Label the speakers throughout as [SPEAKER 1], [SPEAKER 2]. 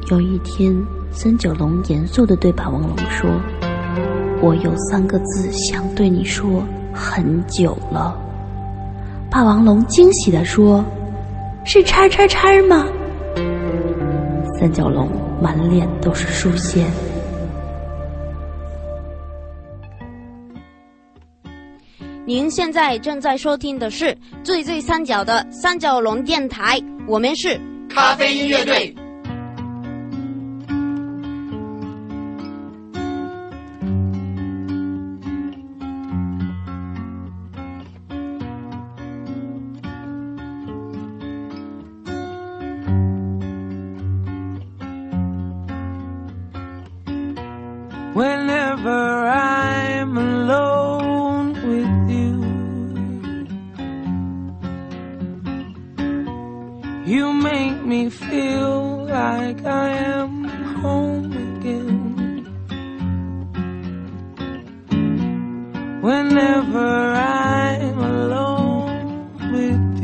[SPEAKER 1] 有一天，三角龙严肃地对霸王龙说：“我有3个字想对你说，很久了。”霸王龙惊喜地说：“是叉叉叉吗？”三角龙满脸都是竖线。
[SPEAKER 2] 您现在正在收听的是最最三角的三角龙电台，我们是
[SPEAKER 3] 咖啡音乐队。
[SPEAKER 4] Whenever I'm alone with you, you make me feel like I am home again. Whenever I'm alone with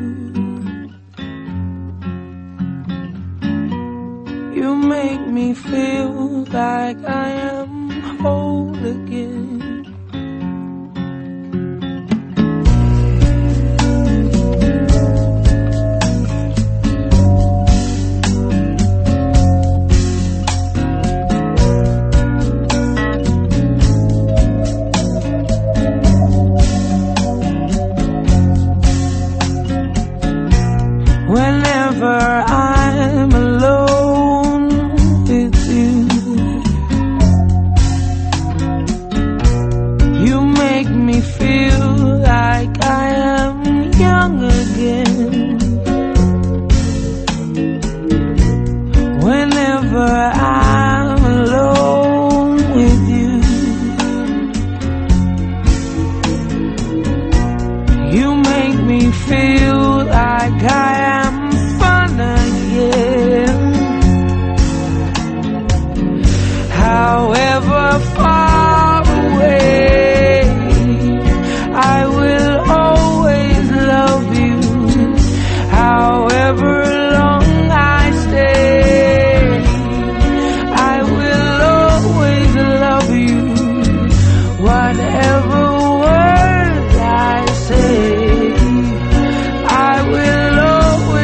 [SPEAKER 4] you, you make me feel like I am whole again. Whenever I'm alone with you, you make me feel like I am young again. Whenever I'm alone with you, you make me feel like I am fun again. However far away, I will always love you. However long I stay, I will always love you. Whatever word I say, I will always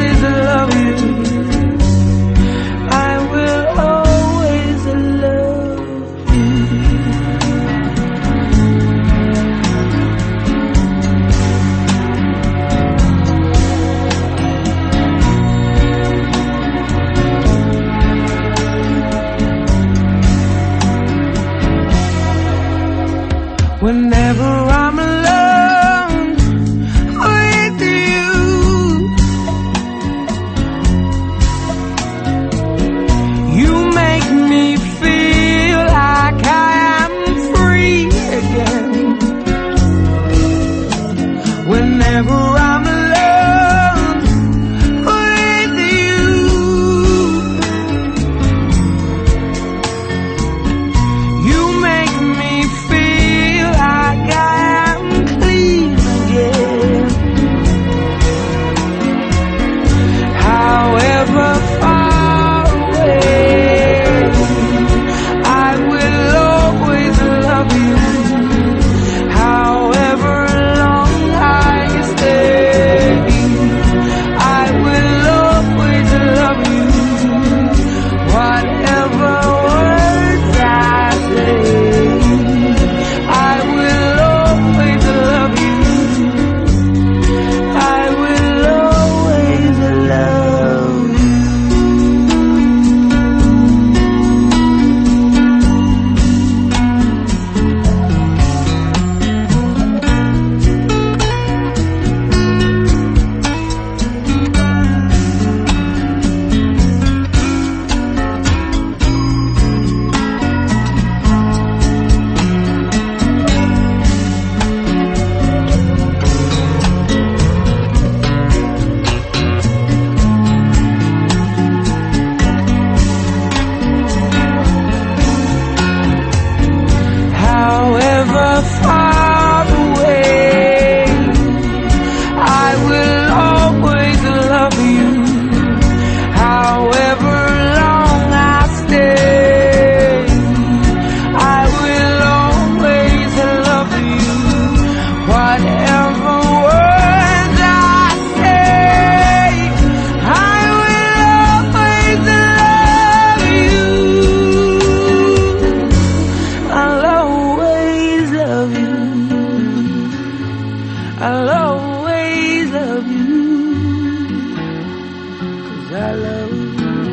[SPEAKER 4] love you, 'cause I love you.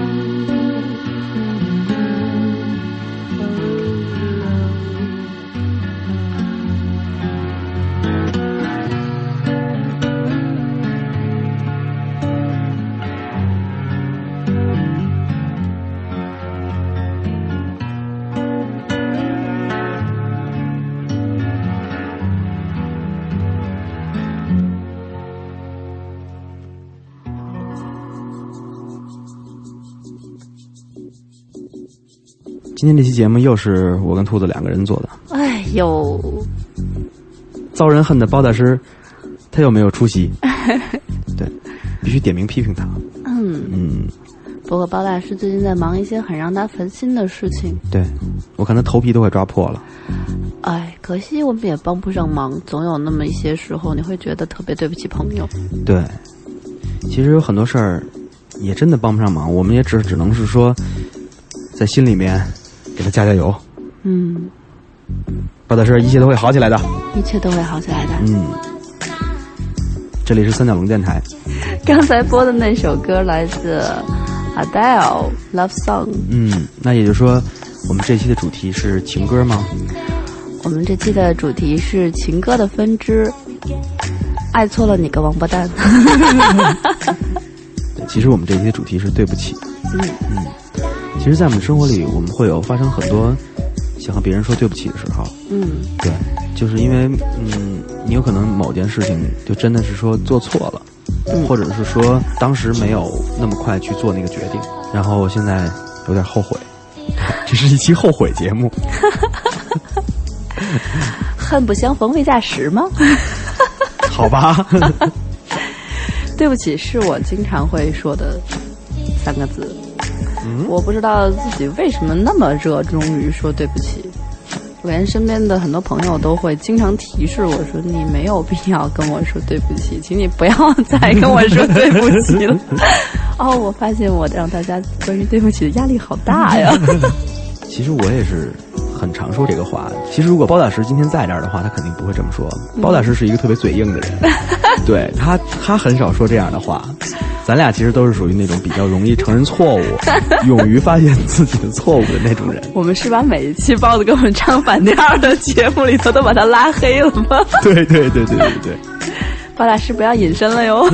[SPEAKER 3] 今天这期节目又是我跟兔子两个人做的。
[SPEAKER 1] 哎呦，
[SPEAKER 3] 遭人恨的包大师，他又没有出席。对，必须点名批评他。
[SPEAKER 1] 不过包大师最近在忙一些很让他烦心的事情。
[SPEAKER 3] 对，我看他头皮都快抓破了。
[SPEAKER 1] 哎，可惜我们也帮不上忙，总有那么一些时候你会觉得特别对不起朋友。
[SPEAKER 3] 对，其实有很多事儿也真的帮不上忙，我们也只能是说在心里面给他加加油。包大师，一切都会好起来的，
[SPEAKER 1] 一切都会好起来的。
[SPEAKER 3] 这里是三角龙电台。
[SPEAKER 1] 刚才播的那首歌来自 Adele Love Song。
[SPEAKER 3] 那也就是说我们这期的主题是情歌吗？
[SPEAKER 1] 我们这期的主题是情歌的分支，爱错了你个王八蛋。
[SPEAKER 3] 其实我们这期的主题是对不起。其实在我们生活里，我们会有发生很多想和别人说对不起的时候。对，就是因为你有可能某件事情就真的是说做错了，或者是说当时没有那么快去做那个决定，然后现在有点后悔。这是一期后悔节目。
[SPEAKER 1] 恨不相逢未嫁时吗？
[SPEAKER 3] 好吧。
[SPEAKER 1] 对不起是我经常会说的3个字。我不知道自己为什么那么热衷于说对不起，我连身边的很多朋友都会经常提示我说，你没有必要跟我说对不起，请你不要再跟我说对不起了。我发现我让大家关于对不起的压力好大呀。
[SPEAKER 3] 其实我也是很常说这个话。其实如果包大师今天在这儿的话，他肯定不会这么说。包大师是一个特别嘴硬的人。对，他很少说这样的话。咱俩其实都是属于那种比较容易承认错误、勇于发现自己的错误的那种人。
[SPEAKER 1] 我们是把每一期包子跟我们唱反调的节目里头都把他拉黑了吗？
[SPEAKER 3] 对。
[SPEAKER 1] 包大师不要隐身了哟。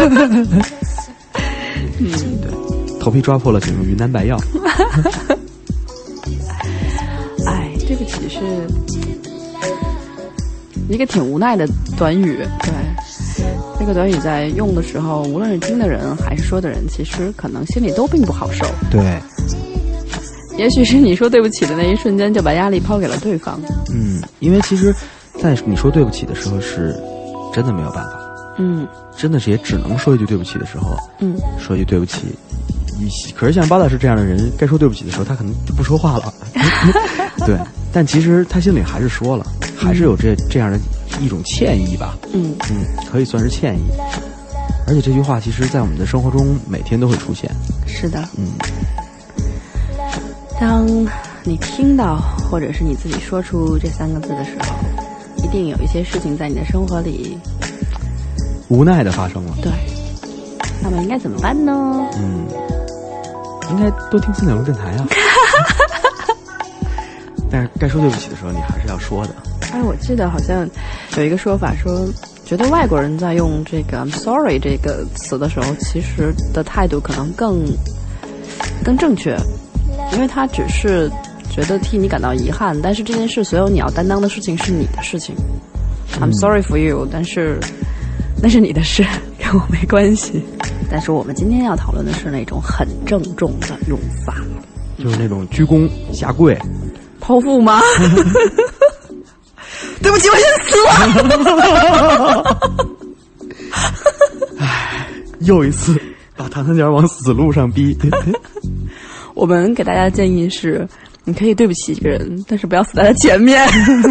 [SPEAKER 3] 对，头皮抓破了请用云南白药。
[SPEAKER 1] 对不起是一个挺无奈的短语。对，这个短语在用的时候，无论是听的人还是说的人，其实可能心里都并不好受。
[SPEAKER 3] 对，
[SPEAKER 1] 也许是你说对不起的那一瞬间就把压力抛给了对方。
[SPEAKER 3] 因为其实在你说对不起的时候是真的没有办法。真的是也只能说一句对不起的时候，说一句对不起。可是像包大师这样的人，该说对不起的时候他可能就不说话了。对，但其实他心里还是说了，还是有这样的一种歉意吧。可以算是歉意。而且这句话其实在我们的生活中每天都会出现。
[SPEAKER 1] 是的。当你听到或者是你自己说出这3个字的时候，一定有一些事情在你的生活里
[SPEAKER 3] 无奈的发生了。
[SPEAKER 1] 对，那么应该怎么办呢？
[SPEAKER 3] 应该多听三角龙电台啊。但是该说对不起的时候你还是要说的。
[SPEAKER 1] 我记得好像有一个说法说，觉得外国人在用这个 I'm sorry 这个词的时候，其实的态度可能更正确，因为他只是觉得替你感到遗憾，但是这件事所有你要担当的事情是你的事情。I'm sorry for you， 但是那是你的事，跟我没关系。但是我们今天要讨论的是那种很郑重的用法，
[SPEAKER 3] 就是那种鞠躬下跪
[SPEAKER 1] 剖腹吗？对不起，我先死了。
[SPEAKER 3] 又一次把唐三角往死路上逼。
[SPEAKER 1] 我们给大家的建议是，你可以对不起一个人，但是不要死在他前面。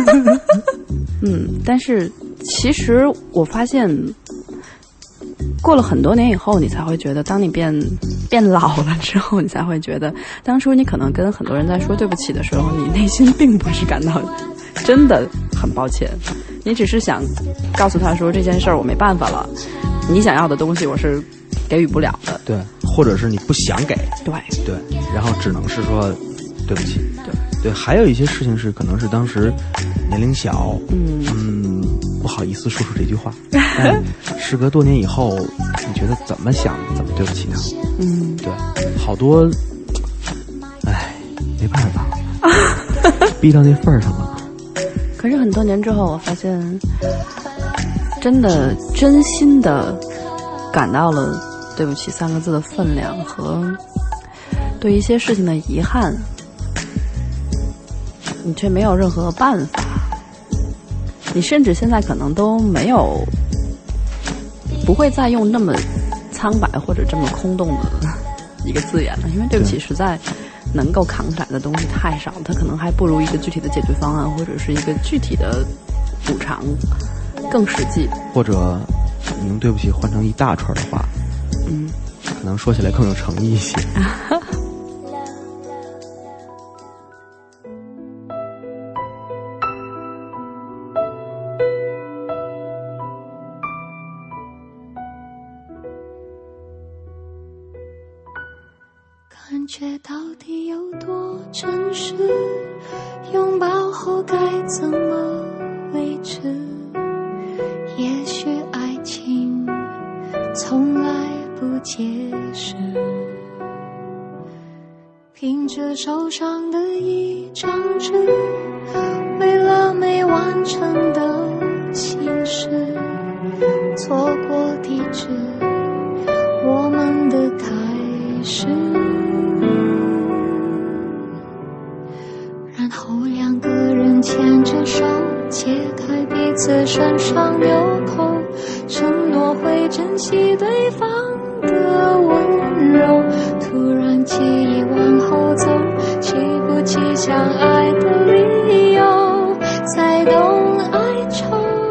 [SPEAKER 1] 但是其实我发现过了很多年以后，你才会觉得，当你变老了之后，你才会觉得，当初你可能跟很多人在说对不起的时候，你内心并不是感到真的很抱歉，你只是想告诉他说这件事儿我没办法了，
[SPEAKER 5] 你想要的东西我是给予不了的。
[SPEAKER 3] 对，或者是你不想给。
[SPEAKER 5] 对，
[SPEAKER 3] 然后只能是说对不起。对，还有一些事情是可能是当时年龄小，不好意思说出这句话，但时隔多年以后，你觉得怎么想怎么对不起他。对，好多，没办法，逼到那份儿上了。
[SPEAKER 5] 可是很多年之后，我发现，真的真心的感到了对不起3个字的分量和对一些事情的遗憾，你却没有任何办法，你甚至现在可能都不会再用那么苍白或者这么空洞的一个字眼了，因为对不起实在能够扛起来的东西太少，它可能还不如一个具体的解决方案或者是一个具体的补偿更实际。
[SPEAKER 3] 或者你用对不起换成一大串的话，可能说起来更有诚意一些。
[SPEAKER 6] 感觉到底有多真实，拥抱后该怎么维持，也许爱情从来不解释，凭着手上的一张纸，为了没完成的心事，错过地址，我们的开始，然后2个人牵着手，解开彼此身上纽扣，承诺会珍惜对方的温柔，突然记忆往后走，记不起相爱的理由，才懂哀愁。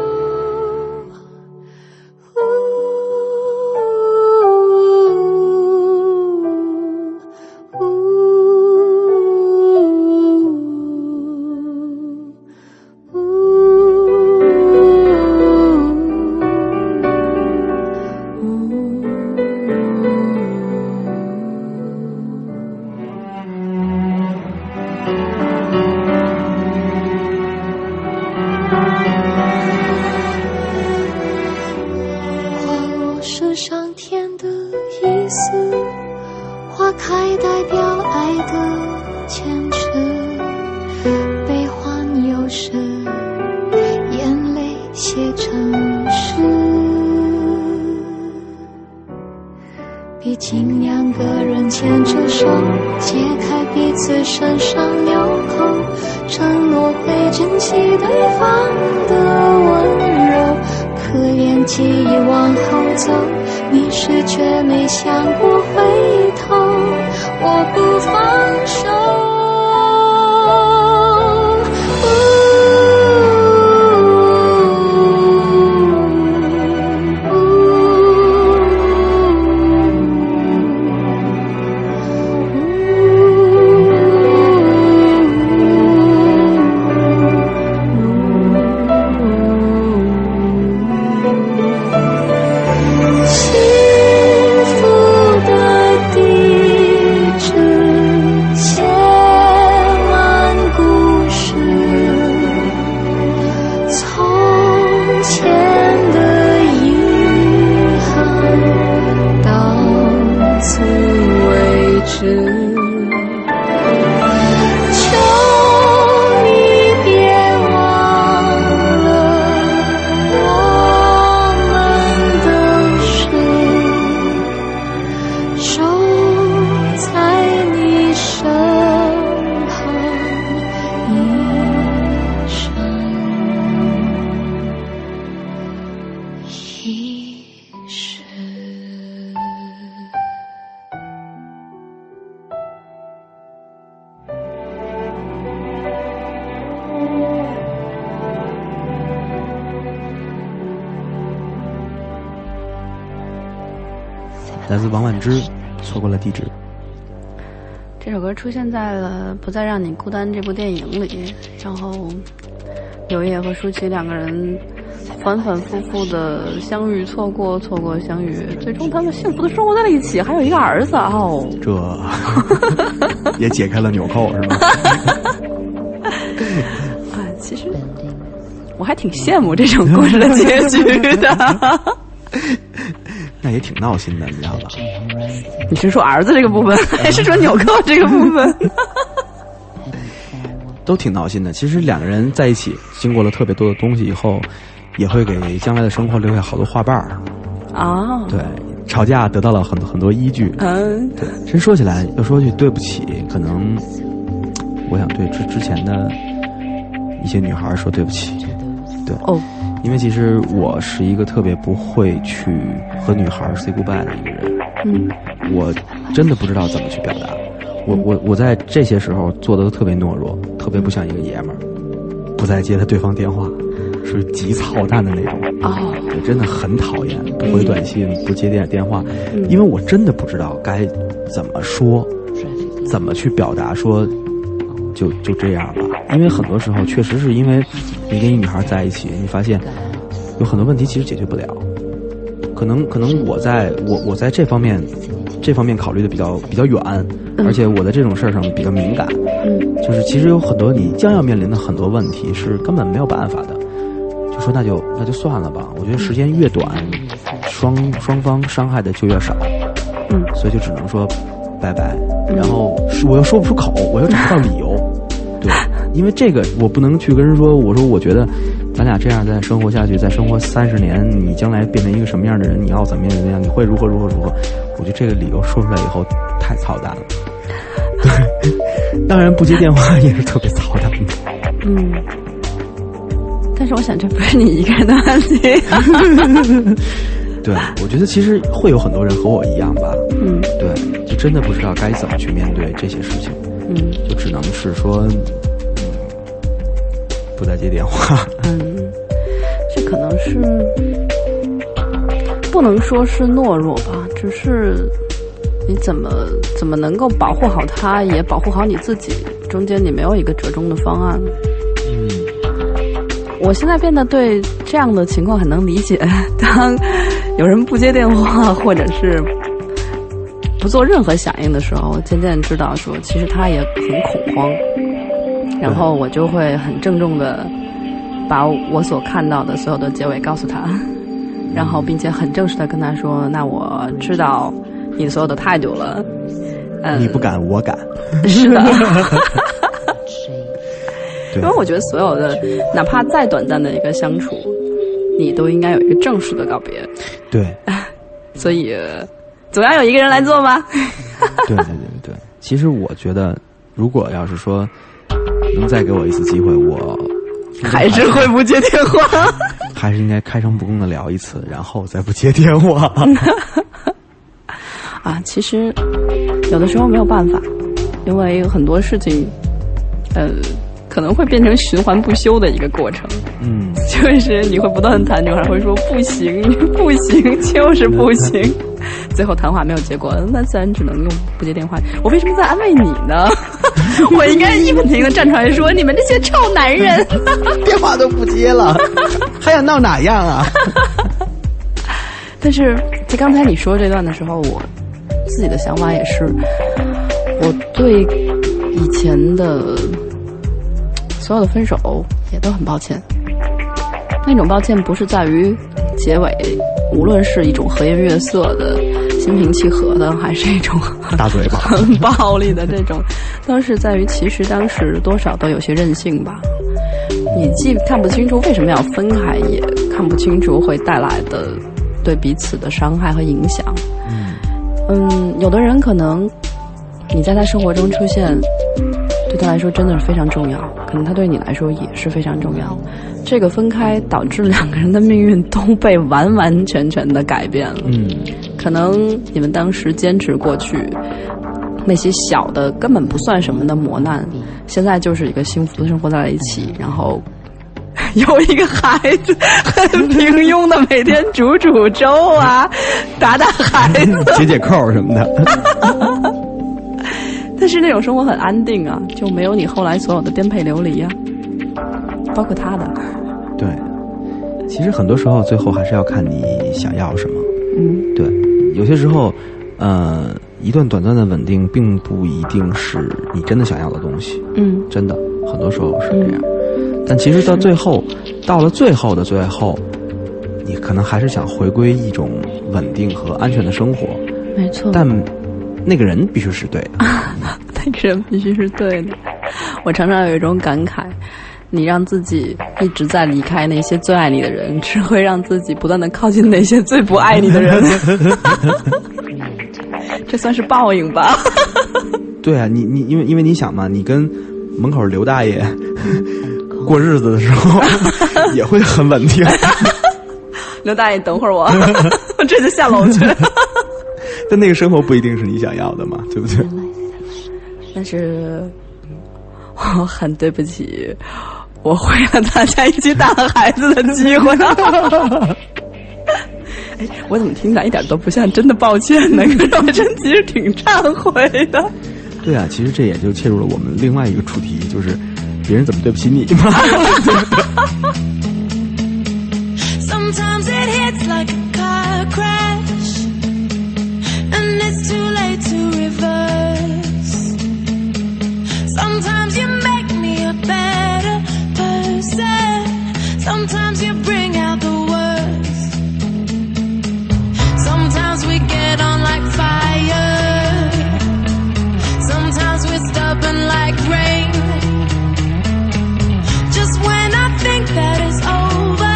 [SPEAKER 6] 毕竟2个人牵着手，解开彼此身上纽扣，承诺会珍惜对方的温柔，可怜记忆往后走，迷失却没想过回头，我不放手。
[SPEAKER 3] 来自王婉之，错过了地址。
[SPEAKER 5] 这首歌出现在了《不再让你孤单》这部电影里，然后刘烨和舒淇2个人反反复复的相遇错过相遇，最终他们幸福的生活在了一起，还有一个儿子哦。
[SPEAKER 3] 这也解开了纽扣是吗？
[SPEAKER 5] 哎，其实我还挺羡慕这种故事的结局的。
[SPEAKER 3] 那也挺闹心的，你知道吧？
[SPEAKER 5] 你是说儿子这个部分，还是说纽扣这个部分？
[SPEAKER 3] 都挺闹心的。其实两个人在一起，经过了特别多的东西以后，也会给将来的生活留下好多画瓣儿。啊，对，吵架得到了很多依据。嗯，对。其实说起来，要说句对不起，可能我想对之前的一些女孩说对不起。对，哦，因为其实我是一个特别不会去和女孩 say goodbye 的一个人。嗯，我真的不知道怎么去表达。我在这些时候做的都特别懦弱，特别不像一个爷们儿，不再接对方电话，是极操蛋的那种。哦，我真的很讨厌不回短信、不接电话，因为我真的不知道该怎么说，怎么去表达说就这样吧。因为很多时候确实是因为你跟一女孩在一起，你发现有很多问题其实解决不了，可能我在这方面考虑的比较远，而且我在这种事儿上比较敏感。就是其实有很多你将要面临的很多问题是根本没有办法的，就说那就算了吧。我觉得时间越短，双方伤害的就越少。所以就只能说拜拜。然后我又说不出口，我又找不到理由。对，因为这个我不能去跟人说，我觉得咱俩这样再生活下去，再生活30年，你将来变成一个什么样的人，你要怎么样，你会如何。我觉得这个理由说出来以后太操蛋了。当然不接电话也是特别操蛋的。
[SPEAKER 5] 但是我想这不是你一个人的问题。
[SPEAKER 3] 对，我觉得其实会有很多人和我一样吧。对，就真的不知道该怎么去面对这些事情。就只能是说，不再接电话。
[SPEAKER 5] 这可能是不能说是懦弱吧，只是你怎么能够保护好他，也保护好你自己，中间你没有一个折中的方案。我现在变得对这样的情况很能理解，当有人不接电话或者是不做任何响应的时候，渐渐知道说其实他也很恐慌，然后我就会很郑重的把我所看到的所有的结尾告诉他，然后并且很正式的跟他说，那我知道你所有的态度了。
[SPEAKER 3] 你不敢我敢。
[SPEAKER 5] 是的。因为我觉得所有的哪怕再短暂的一个相处，你都应该有一个正式的告别。
[SPEAKER 3] 对。
[SPEAKER 5] 所以总要有一个人来做吧。
[SPEAKER 3] 对。其实我觉得如果要是说能再给我一次机会，我
[SPEAKER 5] 还是会不接电话。
[SPEAKER 3] 还是应该开诚布公的聊一次，然后再不接电话。
[SPEAKER 5] 其实有的时候没有办法，因为很多事情可能会变成循环不休的一个过程。就是你会不断谈，女孩会说不行就是不行，最后谈话没有结果，那自然只能用不接电话。我为什么在安慰你呢？我应该义不停的站出来说，你们这些臭男人
[SPEAKER 3] 电话都不接了，还想闹哪样啊？
[SPEAKER 5] 但是在刚才你说这段的时候，我自己的想法也是，我对以前的所有的分手也都很抱歉。那种抱歉不是在于结尾，无论是一种和颜悦色的心平气和的，还是一种
[SPEAKER 3] 大嘴巴
[SPEAKER 5] 很暴力的这种，都是在于其实当时多少都有些任性吧。你既看不清楚为什么要分开，也看不清楚会带来的对彼此的伤害和影响。有的人可能你在他生活中出现，对他来说真的是非常重要，可能他对你来说也是非常重要。这个分开导致两个人的命运都被完完全全的改变了。可能你们当时坚持过去那些小的根本不算什么的磨难，现在就是一个幸福的生活在了一起，然后有一个孩子，很平庸的每天煮粥啊，打孩子，
[SPEAKER 3] 解扣什么的。
[SPEAKER 5] 但是那种生活很安定啊，就没有你后来所有的颠沛流离啊，包括他的。
[SPEAKER 3] 对， 其实很多时候最后还是要看你想要什么。对，有些时候一段短暂的稳定并不一定是你真的想要的东西。真的很多时候是这样。但其实到了最后的最后，你可能还是想回归一种稳定和安全的生活。
[SPEAKER 5] 没错。
[SPEAKER 3] 但那个人必须是对的。
[SPEAKER 5] 那个人必须是对的。我常常有一种感慨，你让自己一直在离开那些最爱你的人，只会让自己不断的靠近那些最不爱你的人。这算是报应吧。
[SPEAKER 3] 对啊，你因为你想嘛，你跟门口刘大爷过日子的时候也会很稳定。
[SPEAKER 5] 刘大爷等会儿我这就下楼去。
[SPEAKER 3] 但那个生活不一定是你想要的嘛，对不对？
[SPEAKER 5] 但是我很对不起我毁了大家一起打孩子的机会。哎，我怎么听起来一点都不像真的抱歉呢？可是我真其实挺忏悔的。
[SPEAKER 3] 对啊，其实这也就切入了我们另外一个主题，就是别人怎么对不起你嘛。
[SPEAKER 6] Sometimes it hits like a car crash, and it's too late to reverse. Sometimes you make me a better person. Sometimes you bring out the worst. Sometimes we get on like fire. Sometimes we're stubborn like rain. Just when I think that it's over,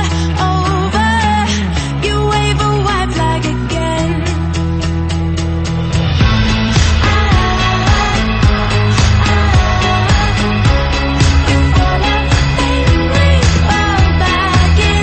[SPEAKER 6] you wave a white flag again. You fall out and we fall back in.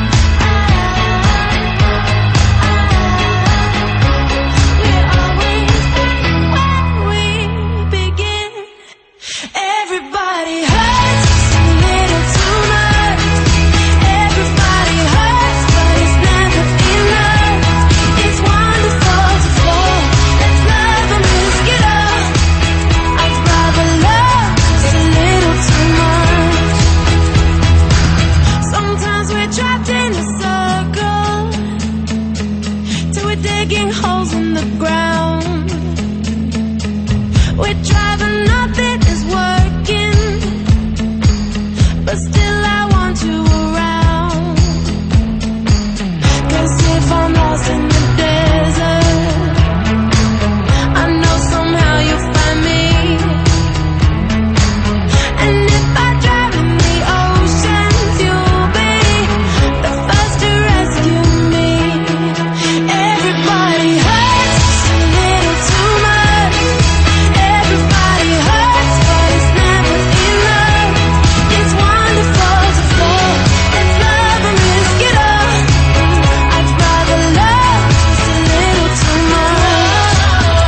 [SPEAKER 6] We're always back when we begin. Everybody hurts a little too much. Everybody hurts, but it's never enough. It's wonderful to fall. Let's love and risk it all. I'd rather love just a little too much. Sometimes we're trapped in a circle till we're digging holes in the ground. We're driving, nothing is working, but still I want you around. 'Cause if I'm lost in the desert, I know somehow you'll find me. And if I drown in the oceans, you'll be the first to rescue me. Everybody hurts just a little too much. Everybody hurts, but it's never enough. It's wonderful to fall. Let's love and risk it all. I'd rather love just a little too much.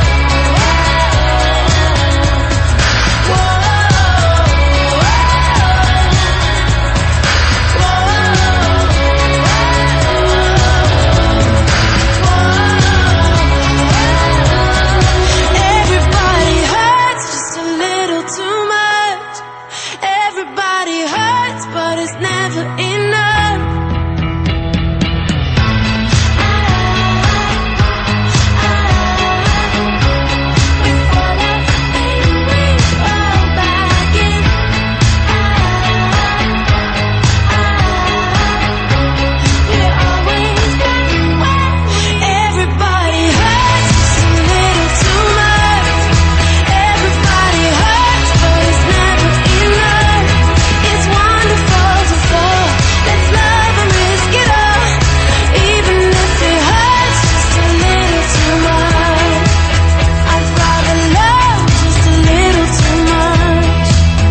[SPEAKER 6] Everybody hurts just a little too much. Everybody hurts, but it's never enough. We fall out and we fall back in. We're always back when everybody hurts just a little too much. Everybody hurts, but it's never enough. It's wonderful to fall. Let's love and risk it all. Even if it hurts just a little too much. I'd rather love just a little too much.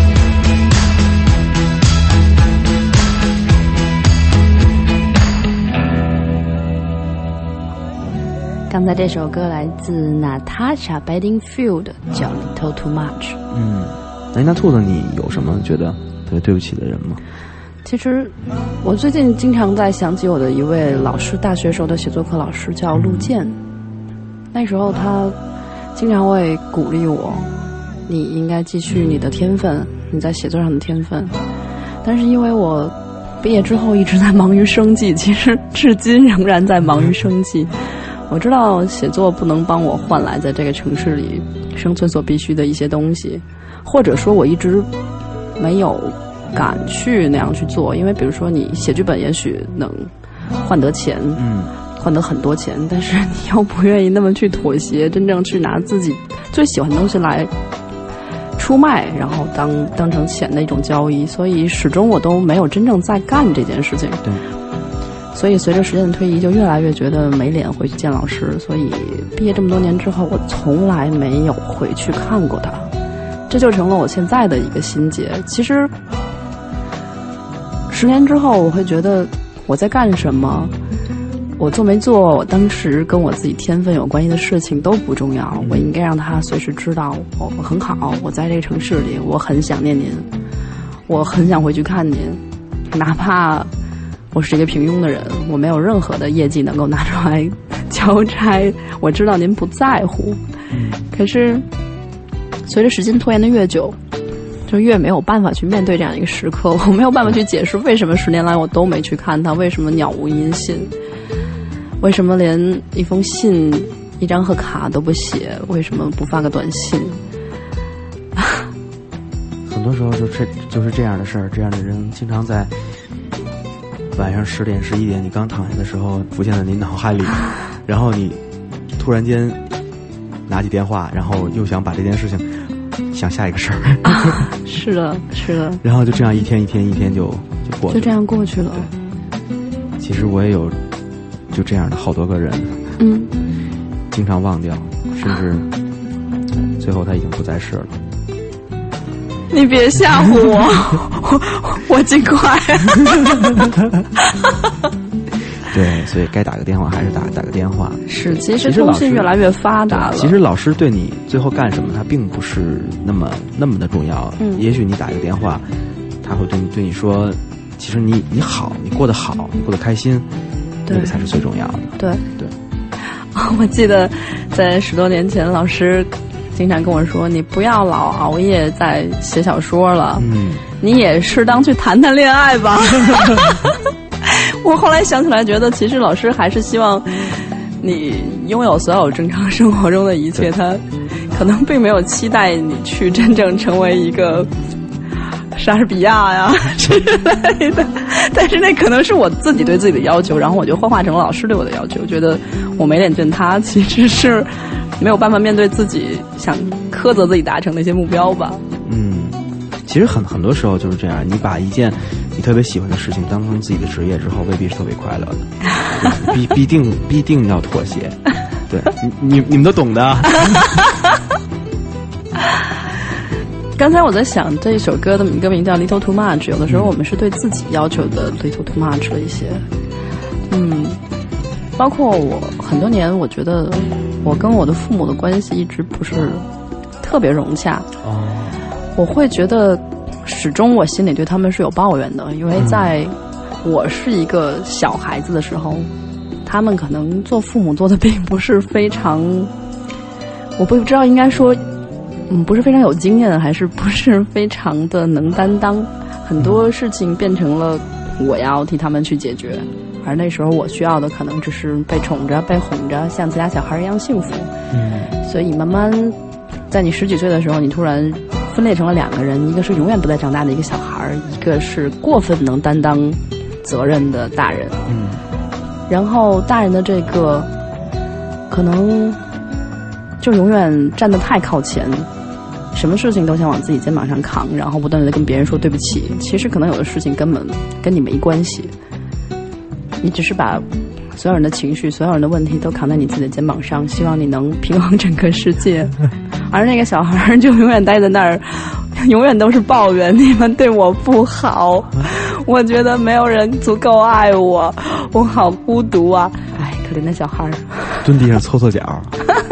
[SPEAKER 5] 刚才这首歌来自 Natasha Bedingfield， 叫 Little Too Much。
[SPEAKER 3] 那兔子，你有什么觉得特别对不起的人吗？
[SPEAKER 5] 其实我最近经常在想起我的一位老师，大学时候的写作课老师叫陆健。那时候他经常会鼓励我，你应该继续你的天分，你在写作上的天分。但是因为我毕业之后一直在忙于生计，其实至今仍然在忙于生计。我知道写作不能帮我换来在这个城市里生存所必须的一些东西，或者说我一直没有敢去那样去做，因为比如说你写剧本也许能换得钱，换得很多钱，但是你又不愿意那么去妥协，真正去拿自己最喜欢的东西来出卖，然后当成钱的一种交易，所以始终我都没有真正在干这件事情。
[SPEAKER 3] 对，
[SPEAKER 5] 所以随着时间的推移，就越来越觉得没脸回去见老师，所以毕业这么多年之后，我从来没有回去看过他，这就成了我现在的一个心结。其实10年之后，我会觉得我在干什么，我做没做，我当时跟我自己天分有关系的事情都不重要，我应该让他随时知道我很好，我在这个城市里，我很想念您，我很想回去看您，哪怕我是一个平庸的人，我没有任何的业绩能够拿出来交差，我知道您不在乎，可是随着时间拖延的越久，就越没有办法去面对这样一个时刻，我没有办法去解释为什么10年来我都没去看他，为什么杳无音信，为什么连一封信一张贺卡都不写，为什么不发个短信。
[SPEAKER 3] 很多时候就是这样的事儿，这样的人经常在晚上10点11点你刚躺下的时候浮现在你脑海里，然后你突然间拿起电话，然后又想把这件事情想下一个事儿。
[SPEAKER 5] 是的是的，
[SPEAKER 3] 然后就这样一天就过去了，
[SPEAKER 5] 就这样过去了。
[SPEAKER 3] 其实我也有就这样的好多个人，经常忘掉，甚至最后他已经不在世了。
[SPEAKER 5] 你别吓唬我，我尽快。
[SPEAKER 3] 对，所以该打个电话还是打个电话。
[SPEAKER 5] 是，其实通信越来越发达了。
[SPEAKER 3] 其实老师对你最后干什么，他并不是那么的重要。也许你打一个电话，他会对你说，其实你好，你过得好，你过得开心，那个才是最重要的。
[SPEAKER 5] 对。我记得在10多年前，老师经常跟我说，你不要老熬夜在写小说了，你也适当去谈谈恋爱吧。我后来想起来，觉得其实老师还是希望你拥有所有正常生活中的一切，他可能并没有期待你去真正成为一个莎士比亚呀之类的，但是那可能是我自己对自己的要求，然后我就幻化成了老师对我的要求，觉得我没脸见他，其实是没有办法面对自己想苛责自己达成的一些目标吧。
[SPEAKER 3] 其实很多时候就是这样，你把一件你特别喜欢的事情当成自己的职业之后，未必是特别快乐的，必定要妥协。对，你们都懂的。
[SPEAKER 5] 刚才我在想这一首歌的歌名叫 Little Too Much， 有的时候我们是对自己要求的 Little Too Much 了一些。包括我很多年，我觉得我跟我的父母的关系一直不是特别融洽。我会觉得始终我心里对他们是有抱怨的，因为在我是一个小孩子的时候，他们可能做父母做的并不是非常，我不知道应该说不是非常有经验，还是不是非常的能担当，很多事情变成了我要替他们去解决，而那时候我需要的可能只是被宠着被哄着，像其他小孩一样幸福。所以慢慢在你10几岁的时候，你突然分裂成了2个人，一个是永远不再长大的一个小孩，一个是过分能担当责任的大人。然后大人的这个可能就永远站得太靠前，什么事情都想往自己肩膀上扛，然后不断的跟别人说对不起，其实可能有的事情根本跟你没关系，你只是把所有人的情绪所有人的问题都扛在你自己的肩膀上，希望你能平衡整个世界。而那个小孩就永远待在那儿，永远都是抱怨你们对我不好，我觉得没有人足够爱我，我好孤独啊。哎，可怜的小孩
[SPEAKER 3] 蹲地上搓搓脚。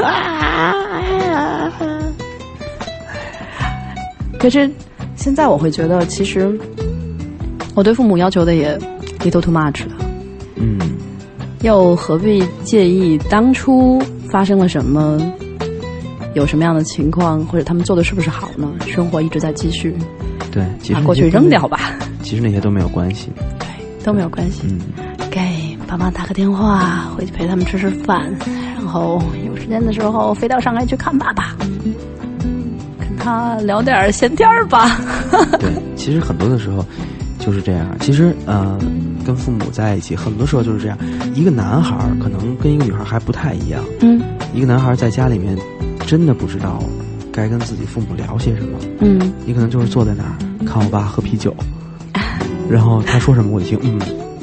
[SPEAKER 5] 可是现在我会觉得，其实我对父母要求的也 little too much 了。又何必介意当初发生了什么，有什么样的情况，或者他们做的是不是好呢？生活一直在继续。
[SPEAKER 3] 对，其实
[SPEAKER 5] 把过去扔掉吧。
[SPEAKER 3] 其实那些都没有关系。
[SPEAKER 5] 对， 都没有关系。给爸妈打个电话，回去陪他们吃吃饭，然后有时间的时候飞到上海去看爸爸，跟他聊点闲天儿吧。
[SPEAKER 3] 对，其实很多的时候就是这样。其实跟父母在一起，很多时候就是这样。一个男孩可能跟一个女孩还不太一样。一个男孩在家里面真的不知道该跟自己父母聊些什么。你可能就是坐在那儿看我爸喝啤酒，然后他说什么我就听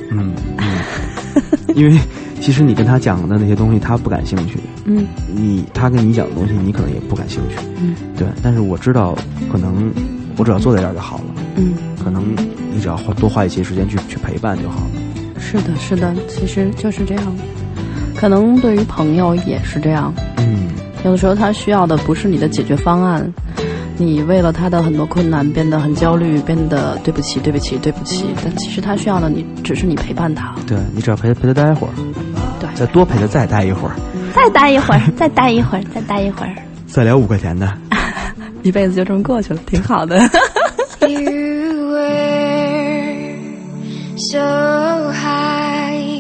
[SPEAKER 3] 因为其实你跟他讲的那些东西他不感兴趣。他跟你讲的东西你可能也不感兴趣。对，但是我知道可能我只要坐在这儿就好了。可能你只要多花一些时间去陪伴就好了。
[SPEAKER 5] 是的，是的，其实就是这样。可能对于朋友也是这样。有的时候他需要的不是你的解决方案，你为了他的很多困难变得很焦虑，变得对不起，但其实他需要的你只是你陪伴他。
[SPEAKER 3] 对，你只要陪他待会儿，
[SPEAKER 5] 对，
[SPEAKER 3] 再多陪他再待一会儿，
[SPEAKER 5] 再待一会儿，再待一会儿，再待一会儿，
[SPEAKER 3] 再聊5块钱的，
[SPEAKER 5] 一辈子就这么过去了，挺好的。
[SPEAKER 6] You were so high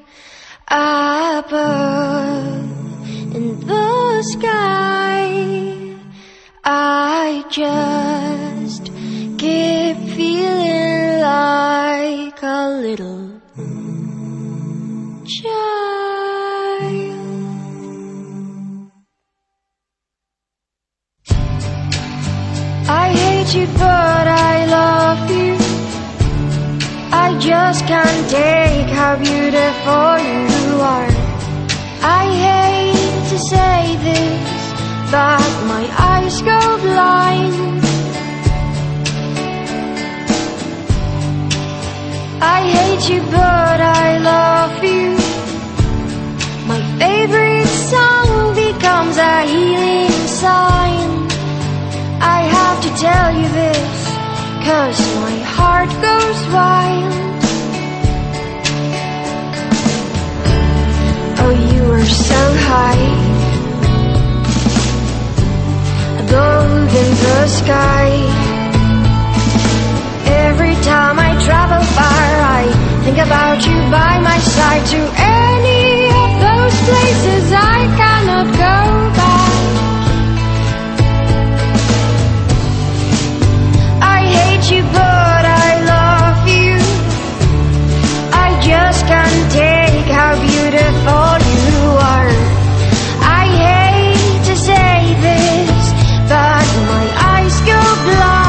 [SPEAKER 6] above in the sky, I just keep feeling like a little child. I hate you, but I love you. I just can't take how beautiful you are. I hate to say this, but my eyes go blind. I hate you, but I love you. My favorite song becomes a healing sign. I have to tell you this, 'cause my heart goes wild. Oh, you were so high above in the sky. Every time I travel far, I think about you by my side. To any of those places I cannot go back. I hate you, but I love you. I just can't take how beautiful you are. I hate to say this, but my eyes go blind.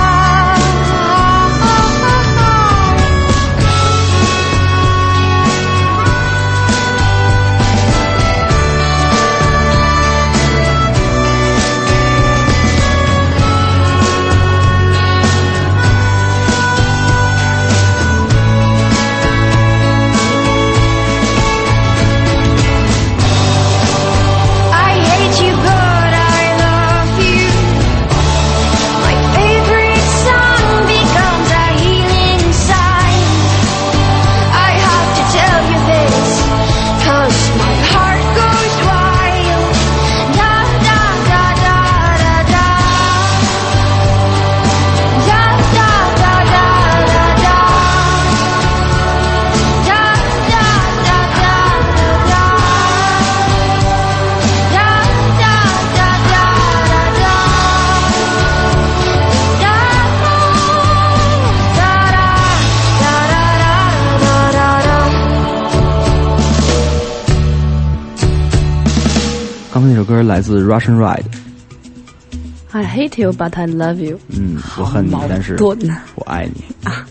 [SPEAKER 3] 刚才那首歌来自 Russian Ride。
[SPEAKER 5] I hate you, but I love you。
[SPEAKER 3] 我恨你，但是我爱你。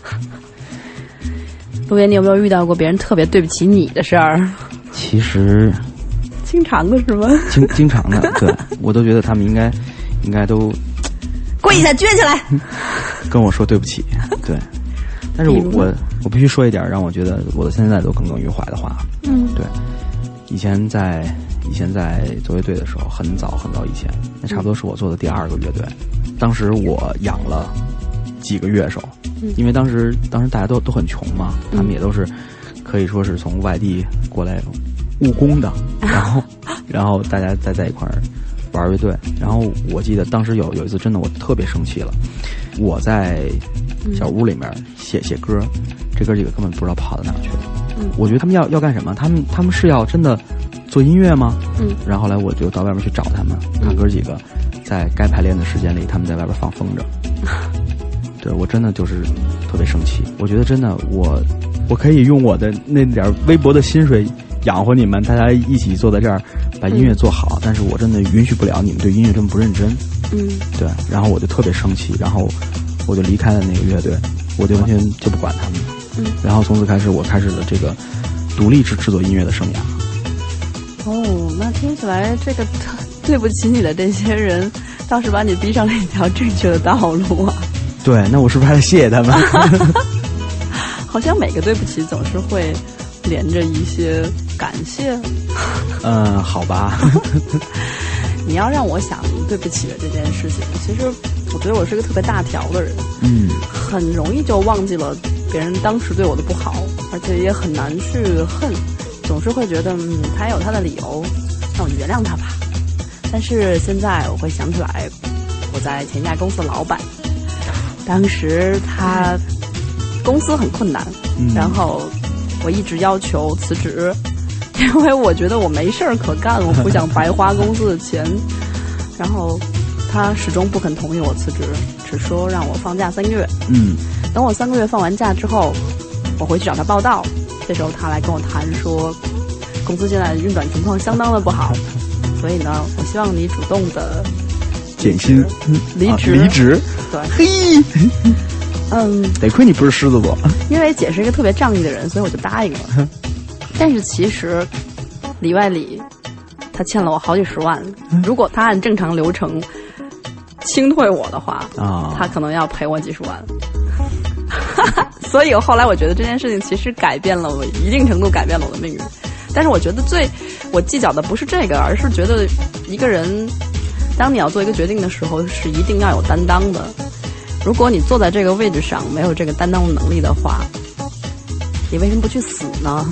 [SPEAKER 5] 陆岩，你有没有遇到过别人特别对不起你的事儿？
[SPEAKER 3] 其实
[SPEAKER 5] 经常的是吗？
[SPEAKER 3] 经常的，对，我都觉得他们应该都
[SPEAKER 5] 跪下撅起来
[SPEAKER 3] 跟我说对不起。对，但是我必须说一点让我觉得我的现在都耿耿于怀的话。对，以前在做乐队的时候，很早以前，那差不多是我做的第2个乐队。当时我养了几个乐手，因为当时大家都很穷嘛，他们也都是可以说是从外地过来务工的，然后大家在一块儿玩乐队。然后我记得当时有一次真的我特别生气了，我在小屋里面写歌， 这哥几个根本不知道跑到哪去了。我觉得他们要干什么？他们是要真的做音乐吗？然后后来我就到外面去找他们，他哥几个在该排练的时间里，他们在外边放风筝。对，我真的就是特别生气。我觉得真的，我可以用我的那点微薄的薪水养活你们，大家一起坐在这儿把音乐做好，但是我真的允许不了你们对音乐这么不认真。对，然后我就特别生气，然后我就离开了那个乐队，我就完全就不管他们。然后从此开始，我开始了这个独立制作音乐的生涯。
[SPEAKER 5] 哦，那听起来这个对不起你的这些人，倒是把你逼上了一条正确的道路啊。
[SPEAKER 3] 对，那我是不是还得谢谢他们？
[SPEAKER 5] 好像每个对不起总是会连着一些感谢。
[SPEAKER 3] 好吧。
[SPEAKER 5] 你要让我想对不起的这件事情，其实我觉得我是个特别大条的人，很容易就忘记了别人当时对我的不好，而且也很难去恨，总是会觉得他有他的理由，那我就原谅他吧。但是现在我会想起来，我在前一家公司的老板，当时他公司很困难，然后我一直要求辞职，因为我觉得我没事儿可干，我不想白花公司的钱。然后他始终不肯同意我辞职，只说让我放假3个月。等我3个月放完假之后，我回去找他报道，这时候他来跟我谈说，公司现在运转情况相当的不好，所以呢，我希望你主动的
[SPEAKER 3] 减薪
[SPEAKER 5] 离职。
[SPEAKER 3] 离职，
[SPEAKER 5] 对，
[SPEAKER 3] 嘿，得亏你不是狮子座。
[SPEAKER 5] 因为姐是一个特别仗义的人，所以我就答应了。但是其实里外里，他欠了我好几十万。如果他按正常流程清退我的话，他可能要赔我几十万。所以后来我觉得这件事情其实改变了我，一定程度改变了我的命运。但是我觉得我计较的不是这个，而是觉得一个人，当你要做一个决定的时候，是一定要有担当的。如果你坐在这个位置上没有这个担当的能力的话，你为什么不去死呢？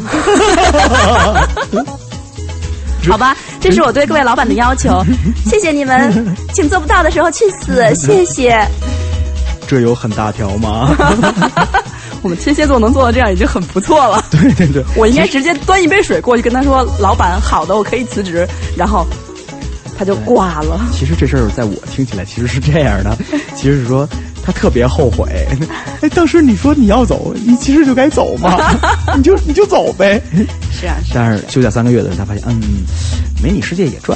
[SPEAKER 5] 好吧，这是我对各位老板的要求，谢谢你们，请做不到的时候去死，谢谢。
[SPEAKER 3] 这有很大条吗？
[SPEAKER 5] 我们天蝎座能做到这样已经很不错了。
[SPEAKER 3] 对对对，
[SPEAKER 5] 我应该直接端一杯水过去跟他说，老板，好的，我可以辞职，然后他就挂了。
[SPEAKER 3] 其实这事儿在我听起来其实是这样的，其实是说他特别后悔。当时你说你要走，你其实就该走嘛，你就走呗。
[SPEAKER 5] 是啊，
[SPEAKER 3] 但是休假3个月的时候，他发现没你世界也转。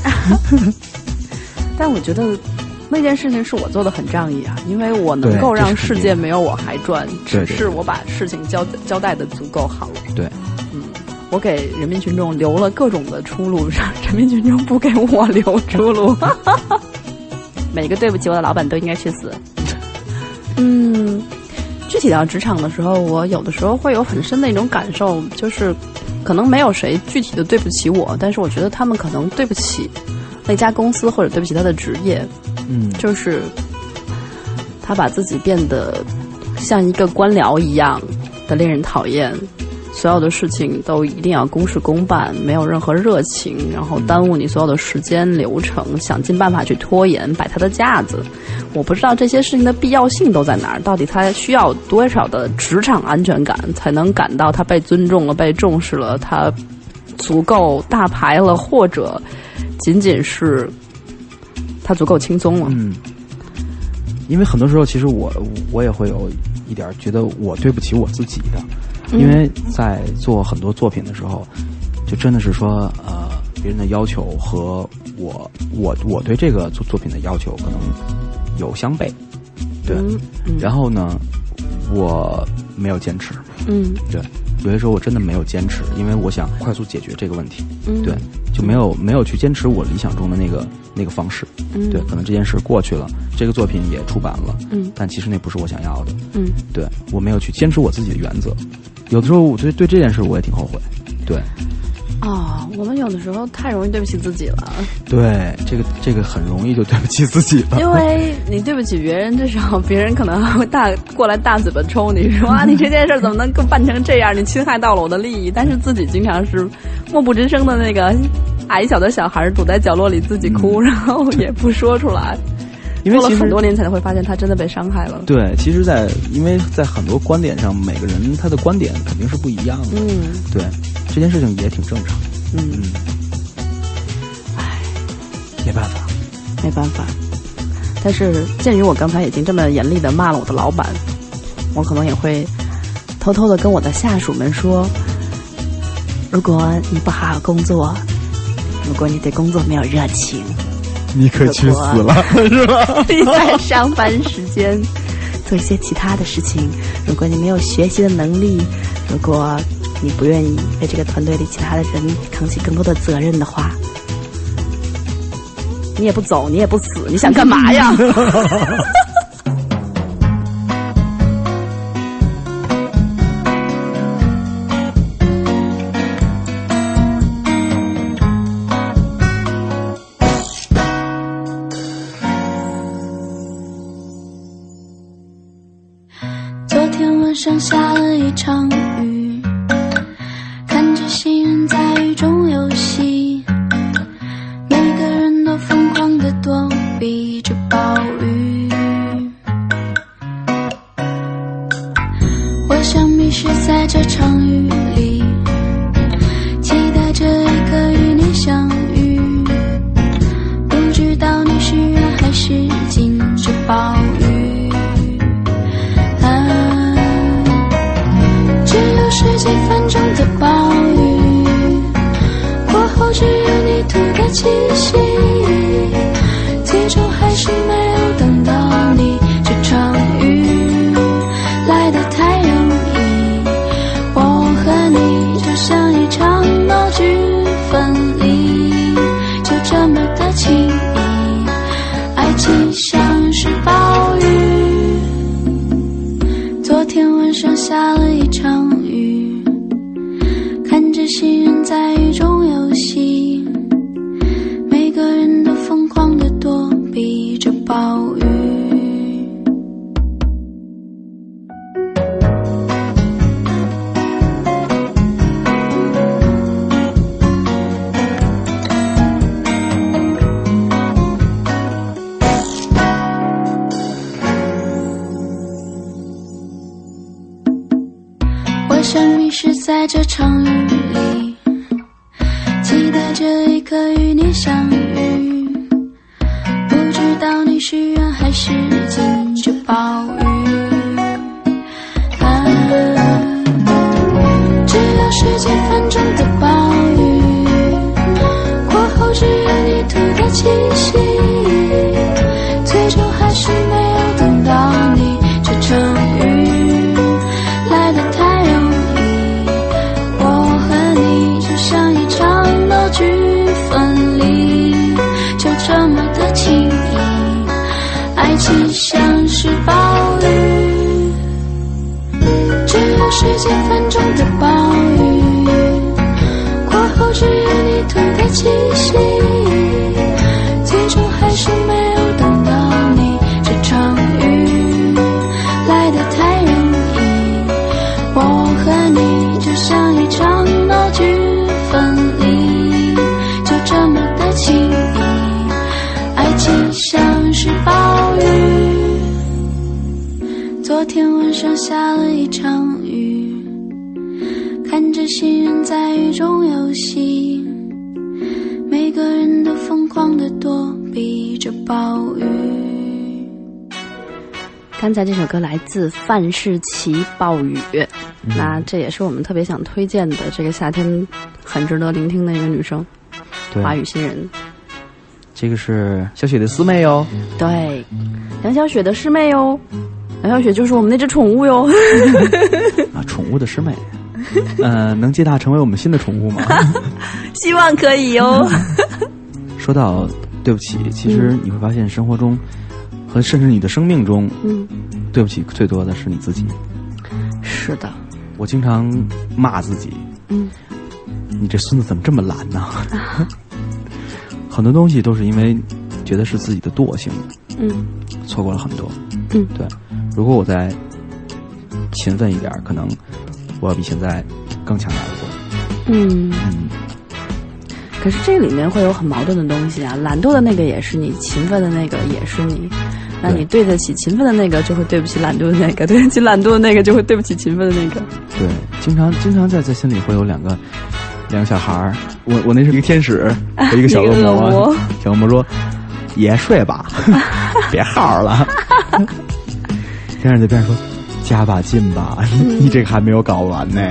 [SPEAKER 5] 但我觉得那件事情是我做的很仗义啊，因为我能够让世界没有我还转，只是我把事情交代的足够好了。
[SPEAKER 3] 对，
[SPEAKER 5] 我给人民群众留了各种的出路，让人民群众不给我留出路。每个对不起我的老板都应该去死。具体到职场的时候，我有的时候会有很深的一种感受，就是可能没有谁具体的对不起我，但是我觉得他们可能对不起那家公司，或者对不起他的职业。就是他把自己变得像一个官僚一样的令人讨厌，所有的事情都一定要公事公办，没有任何热情，然后耽误你所有的时间流程，想尽办法去拖延，摆他的架子。我不知道这些事情的必要性都在哪儿，到底他需要多少的职场安全感才能感到他被尊重了，被重视了，他足够大牌了，或者仅仅是他足够轻松了。
[SPEAKER 3] 因为很多时候其实我也会有一点觉得我对不起我自己的，因为在做很多作品的时候，就真的是说别人的要求和我对这个作品的要求可能有相悖。对，然后呢我没有坚持。对，有些时候我真的没有坚持，因为我想快速解决这个问题。对，就没有去坚持我理想中的那个方式。对，可能这件事过去了，这个作品也出版了，但其实那不是我想要的。对，我没有去坚持我自己的原则。有的时候我对这件事我也挺后悔。对。
[SPEAKER 5] 我们有的时候太容易对不起自己了。
[SPEAKER 3] 对，这个很容易就对不起自己了。
[SPEAKER 5] 因为你对不起别人，至少别人可能会过来大嘴巴抽你，说你这件事怎么能够办成这样？你侵害到了我的利益。但是自己经常是默不吱声的那个矮小的小孩，躲在角落里自己哭，然后也不说出来。
[SPEAKER 3] 因为
[SPEAKER 5] 过了很多年才会发现他真的被伤害了。
[SPEAKER 3] 对，其实因为在很多观点上，每个人他的观点肯定是不一样的。对，这件事情也挺正常。没办法。但是鉴于我刚才已经这么严厉的骂了我的老板，我可能也会偷偷的跟我的下属们说，如果你不好好工作，如果你对工作没有热情，你可去死了，是吧？你在上班时间做一些其他的事情，如果你没有学习的能力，如果你不愿意为这个团队里其他的人扛起更多的责任的话，你也不走，你也不死，你想干嘛呀？
[SPEAKER 6] 昨天晚上下了一场雨，看着行人在雨中游戏，每个人都疯狂地躲避着暴雨。我想迷失在这场雨里，期待着一个与你相遇，不知道你是人还是惊着暴雨。只有十几分钟的暴雨，过后只有你吐的气息，最终还是没有等到你。这场雨来得太容易，我和你就像一场闹剧分离，就这么的轻易，爱情像是暴雨。昨天晚上下了一场雨，看着行人在雨中游戏，每个人都疯狂地躲避着暴雨。我想迷失在这场雨里，期待着一个与你相遇，不知道你是人还是惊着暴雨。只有十几分钟的暴雨，过后只有你吐的气息，最终还是没有等到你。这场雨来得太容易，我和你就像一场闹剧分离，就这么的轻易，爱情像是暴雨。只有十几分钟的暴雨，过后只有你吐的气息，最终还是没有等到你。这场雨来得太容易，我和你就像一场闹剧分离，就这么的轻易，爱情像是暴雨。昨天晚上下了一场雨，看着行人在雨中游戏，每个人都疯狂地躲避着暴雨。
[SPEAKER 5] 刚才这首歌来自范世琦《暴雨》，那这也是我们特别想推荐的，这个夏天很值得聆听的一个女生，华语新人。
[SPEAKER 3] 这个是小雪的师妹哟，
[SPEAKER 5] 对，梁小雪的师妹哟，梁小雪就是我们那只宠物哟。
[SPEAKER 3] 啊，宠物的师妹，能接她成为我们新的宠物吗？
[SPEAKER 5] 希望可以哟。
[SPEAKER 3] 说到对不起，其实你会发现生活中和甚至你的生命中，对不起最多的是你自己。
[SPEAKER 5] 是的，
[SPEAKER 3] 我经常骂自己，你这孙子怎么这么懒呢？很多东西都是因为觉得是自己的惰性，错过了很多。对，如果我再勤奋一点，可能我要比现在更强大的过。
[SPEAKER 5] 可是这里面会有很矛盾的东西啊，懒惰的那个也是你，勤奋的那个也是你。那你对得起勤奋的那个，就会对不起懒惰的那个；对得起懒惰的那个，就会对不起勤奋的那个。
[SPEAKER 3] 对，经常在心里会有两个小孩儿。我那是一个天使和一个小恶魔。小恶魔说：“爷睡吧，别耗了。”天使在边上说：“加把劲吧，你这个还没有搞完呢。”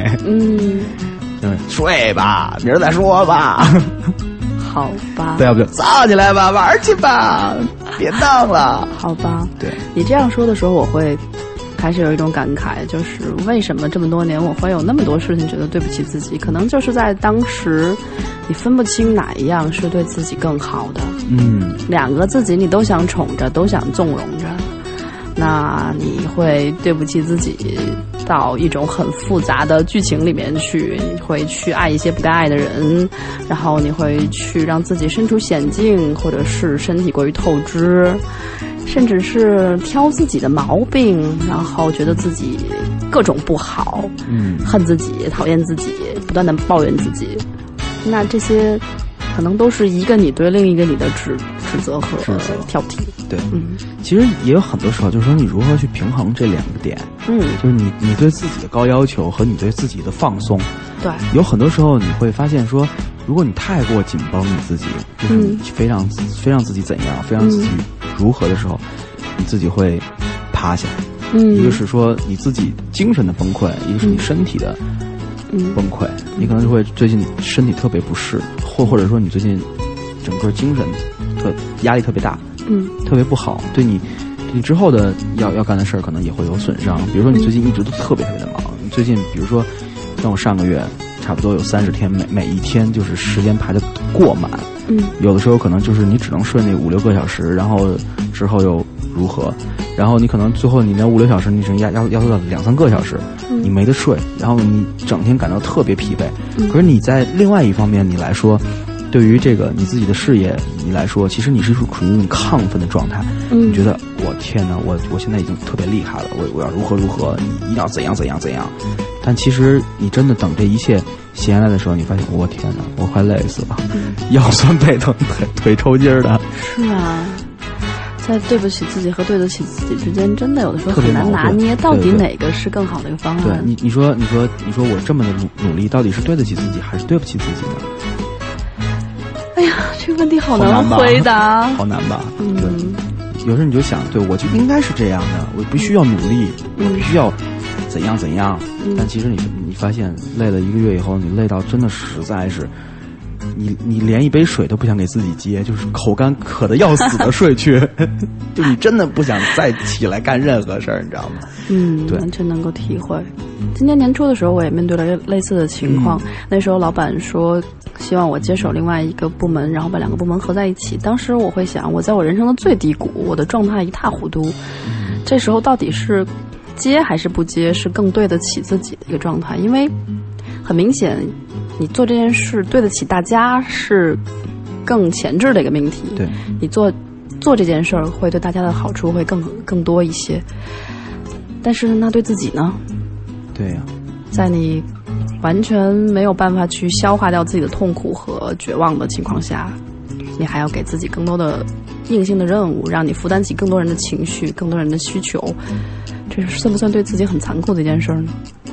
[SPEAKER 3] 睡吧，明儿再说吧。
[SPEAKER 5] 好吧，
[SPEAKER 3] 要不就造起来吧，玩去吧，别闹了。
[SPEAKER 5] 好吧，
[SPEAKER 3] 对
[SPEAKER 5] 你这样说的时候，我会开始有一种感慨，就是为什么这么多年我会有那么多事情觉得对不起自己？可能就是在当时，你分不清哪一样是对自己更好的。两个自己你都想宠着，都想纵容着，那你会对不起自己。到一种很复杂的剧情里面去，你会去爱一些不该爱的人，然后你会去让自己身处险境，或者是身体过于透支，甚至是挑自己的毛病，然后觉得自己各种不好，恨自己，讨厌自己，不断的抱怨自己。那这些可能都是一个你对另一个你的指责和挑剔。
[SPEAKER 3] 对，其实也有很多时候，就是说你如何去平衡这两个点，就是你对自己的高要求和你对自己的放松。
[SPEAKER 5] 对，
[SPEAKER 3] 有很多时候你会发现说，如果你太过紧绷你自己，就是你非让自己怎样，非让自己如何的时候，你自己会趴下。一个是说你自己精神的崩溃，一个是你身体的崩溃。你可能就会最近身体特别不适，或者说你最近整个精神压力特别大，特别不好，对你之后的要干的事儿可能也会有损伤。比如说你最近一直都特别的忙，你最近比如说像我上个月差不多有30天，每一天就是时间排得过满，有的时候可能就是你只能睡那5-6个小时，然后之后又如何，然后你可能最后你那5-6小时你只压缩到2-3个小时，你没得睡，然后你整天感到特别疲惫。可是你在另外一方面你来说，对于这个你自己的事业你来说，其实你是处于一种亢奋的状态，你觉得我天哪，我现在已经特别厉害了，我要如何，一定要怎样。但其实你真的等这一切闲下来的时候，你发现我天哪，我快累死了，腰酸背疼，腿抽筋的。
[SPEAKER 5] 是啊，在对不起自己和对得起自己之间，真的有的时候很难拿捏，到底哪个是更好的一个方案。
[SPEAKER 3] 对，你说我这么的努力，到底是对得起自己还是对不起自己呢？
[SPEAKER 5] 哎呀，这个问题好难回答，
[SPEAKER 3] 好难吧？对，有时候你就想，对，我就应该是这样的，我必须要努力，我必须要怎样。但其实你发现累了1个月以后，你累到真的实在是，你连一杯水都不想给自己接，就是口干渴得要死的睡去，就你真的不想再起来干任何事儿，你知道吗？对，
[SPEAKER 5] 完全能够体会。今年年初的时候，我也面对了类似的情况。那时候老板说希望我接手另外一个部门，然后把2个部门合在一起。当时我会想，我在我人生的最低谷，我的状态一塌糊涂，这时候到底是接还是不接，是更对得起自己的一个状态。因为很明显，你做这件事对得起大家是更前置的一个命题。
[SPEAKER 3] 对，
[SPEAKER 5] 你做这件事儿会对大家的好处会更多一些。但是那对自己呢？
[SPEAKER 3] 对呀，
[SPEAKER 5] 在你完全没有办法去消化掉自己的痛苦和绝望的情况下，你还要给自己更多的硬性的任务，让你负担起更多人的情绪，更多人的需求，这算不算对自己很残酷的一件事呢？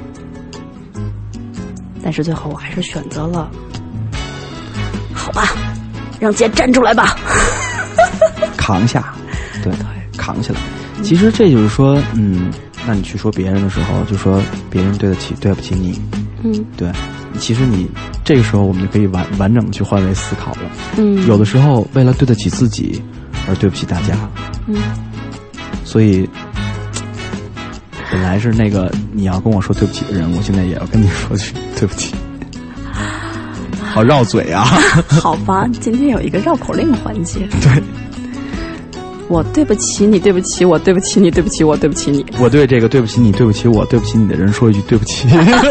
[SPEAKER 5] 但是最后我还是选择了，好吧，让姐站出来吧，
[SPEAKER 3] 扛下，对，扛起来。其实这就是说，那你去说别人的时候，就说别人对不起你，对，其实你这个时候我们就可以完整的去换位思考了。有的时候为了对得起自己而对不起大家，所以本来是那个你要跟我说对不起的人，我现在也要跟你说句对不起。好绕嘴啊！
[SPEAKER 5] 好吧，今天有一个绕口令环节。
[SPEAKER 3] 对。
[SPEAKER 5] 我对不起你，对不起我，对不起你，对不起我，对不起你。
[SPEAKER 3] 我对这个对不起你，对不起我，对不起你的人说一句对不起。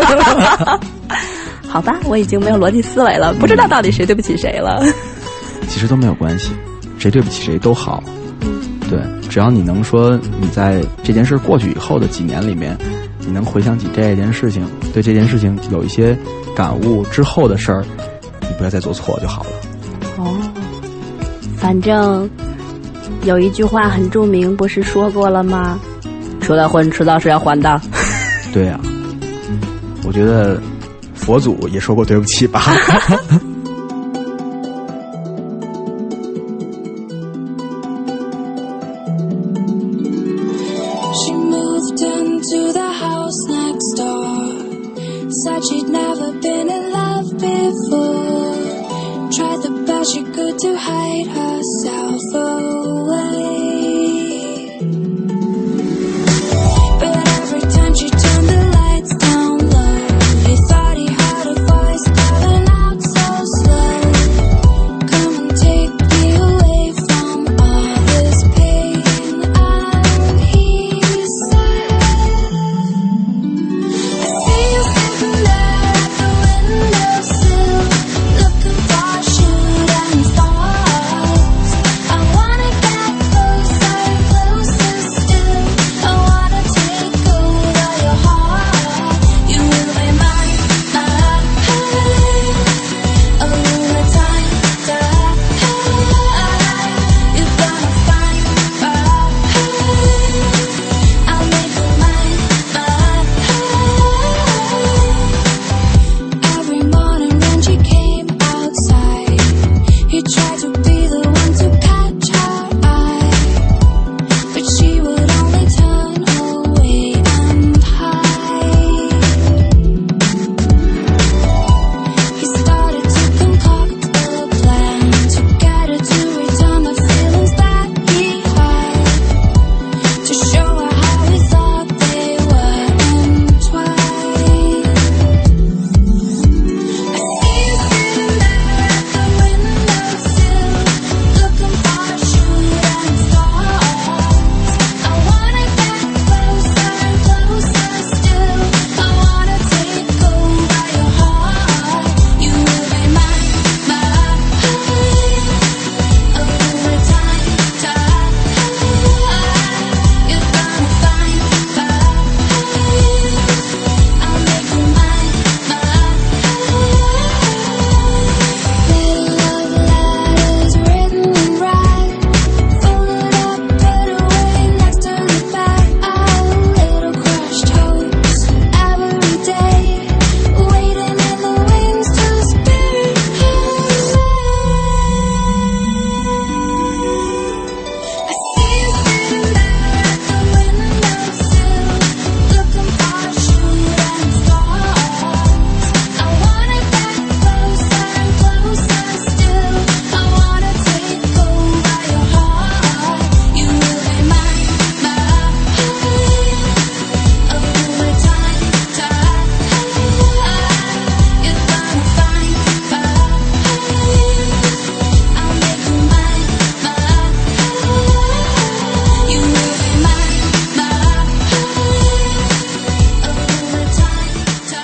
[SPEAKER 5] 好吧，我已经没有逻辑思维了，不知道到底谁对不起谁了。
[SPEAKER 3] 其实都没有关系，谁对不起谁都好。对，只要你能说你在这件事过去以后的几年里面，你能回想起这件事情，对这件事情有一些感悟之后的事儿，你不要再做错就好了。
[SPEAKER 1] 哦，反正有一句话很著名，不是说过了吗？说的混迟早是要还的。
[SPEAKER 3] 对呀、我觉得佛祖也说过对不起吧。
[SPEAKER 6] She moved into the house next door. Said she'd never been in love before. Tried the best she could to hide herself away. But every time she turned the lights down low, he thought he heard a voice calling out so slow. Come and take me away from all this pain. And he said, I see you sitting there at the windowsill, looking for shooting stars. I wanna get closer and closer still. I wanna take over your heart. You will be mine, over time. You're gonna find I'll make you mine. Every morning when she came outside, he tried to be the one to catch her eye, but she would only turn away and hide. He started to concoct a plan to get her to return the feelings that he had, to show her how he thought they were entwined. I see you sitting there at the windowsill, looking for shooting stars. I wanna get closer and closer still. I wanna take over your heart. You will be mine, over time. You're gonna find I'll make you mine. Little love letters written in red, folded up, put away next to the bed. Little crushed hopes every day, waiting in the wings to spirit I see you sitting there at the windowsill, looking for shooting stars. I wanna get closer and closer still. I wanna take over your heart. You will be mine, over time. You're gonna find I'll make you mine. You will be mine, over time.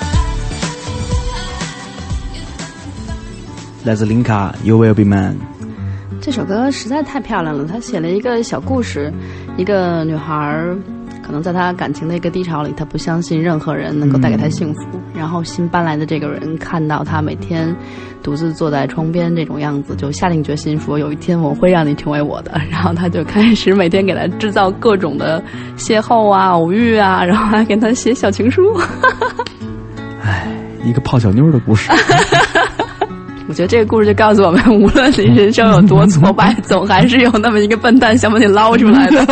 [SPEAKER 3] 来自林卡 You Will Be Man。
[SPEAKER 5] 这首歌实在太漂亮了，他写了一个小故事，一个女孩可能在她感情的一个低潮里，她不相信任何人能够带给她幸福，然后新搬来的这个人看到她每天独自坐在窗边这种样子，就下定决心说有一天我会让你成为我的，然后他就开始每天给她制造各种的邂逅啊、偶遇啊，然后还给她写小情书。
[SPEAKER 3] 唉，一个泡小妞的故事。
[SPEAKER 5] 我觉得这个故事就告诉我们，无论你人生有多挫败，总还是有那么一个笨蛋想把你捞出来的。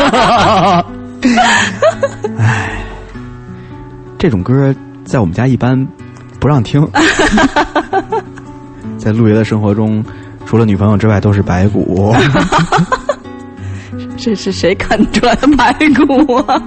[SPEAKER 3] 唉，这种歌在我们家一般不让听。在陆爷的生活中，除了女朋友之外都是白骨。
[SPEAKER 5] 这是谁啃出来的排骨啊？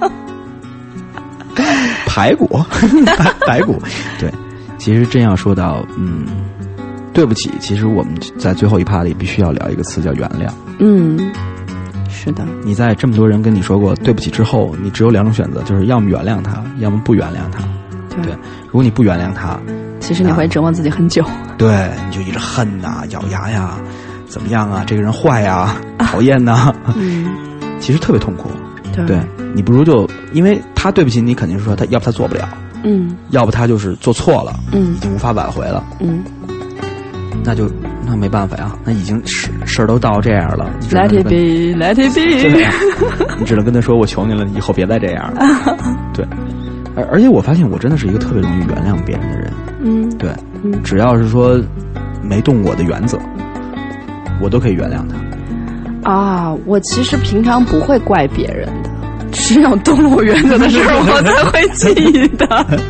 [SPEAKER 3] 排骨，白骨。对，其实真要说到，对不起，其实我们在最后一趴里必须要聊一个词，叫原谅。
[SPEAKER 5] 是的。
[SPEAKER 3] 你在这么多人跟你说过对不起之后，你只有两种选择，就是要么原谅他，要么不原谅他。对，如果你不原谅他，
[SPEAKER 5] 其实你会折磨自己很久。
[SPEAKER 3] 对，你就一直恨呐、咬牙呀，怎么样啊？这个人坏呀，讨厌呐。其实特别痛苦。对，你不如就因为他对不起你，肯定是说他要不他做不了，要不他就是做错了，已经无法挽回了。 那没办法呀，那已经事儿都到这样了
[SPEAKER 5] ，Let it be, let it
[SPEAKER 3] be， 你只能跟他说我求你了，你以后别再这样了。对，而且我发现我真的是一个特别容易原谅别人的人。对，只要是说没动我的原则，我都可以原谅他。
[SPEAKER 5] 啊，我其实平常不会怪别人的，只有动了我原则的时候我才会记得。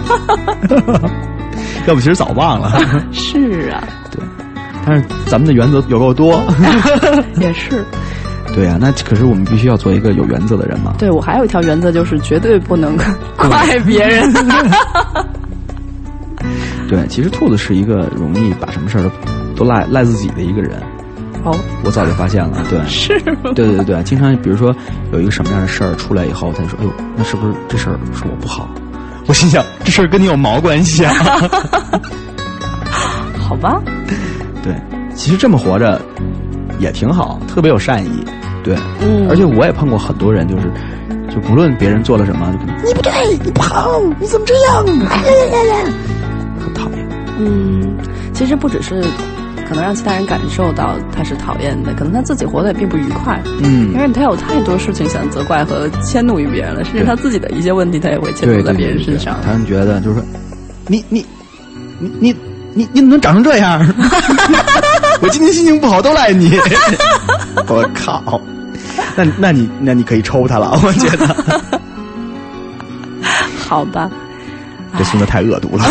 [SPEAKER 3] 要不其实早忘了。
[SPEAKER 5] 是啊，
[SPEAKER 3] 对，但是咱们的原则有够多。
[SPEAKER 5] 也是。
[SPEAKER 3] 对啊，那可是我们必须要做一个有原则的人嘛。
[SPEAKER 5] 对，我还有一条原则就是绝对不能怪别人。
[SPEAKER 3] 对，其实兔子是一个容易把什么事儿都赖自己的一个人。
[SPEAKER 5] 哦，
[SPEAKER 3] 我早就发现了。对，
[SPEAKER 5] 是吗？
[SPEAKER 3] 对，经常比如说有一个什么样的事儿出来以后，他就说：“哎呦，那是不是这事儿是我不好？”我心想，这事儿跟你有毛关系啊？
[SPEAKER 5] 好吧。
[SPEAKER 3] 对，其实这么活着也挺好，特别有善意。对，而且我也碰过很多人，就不论别人做了什么，你不对，你不好，你怎么这样？很讨厌。
[SPEAKER 5] 其实不只是可能让其他人感受到他是讨厌的，可能他自己活得也并不愉快。因为他有太多事情想责怪和迁怒于别人了，甚至他自己的一些问题他也会迁怒在别人身上。
[SPEAKER 3] 他们觉得就是说，你怎么能长成这样？我今天心情不好都赖你。我靠！那你可以抽他了，我觉得。
[SPEAKER 5] 好吧。
[SPEAKER 3] 这孙子太恶毒了。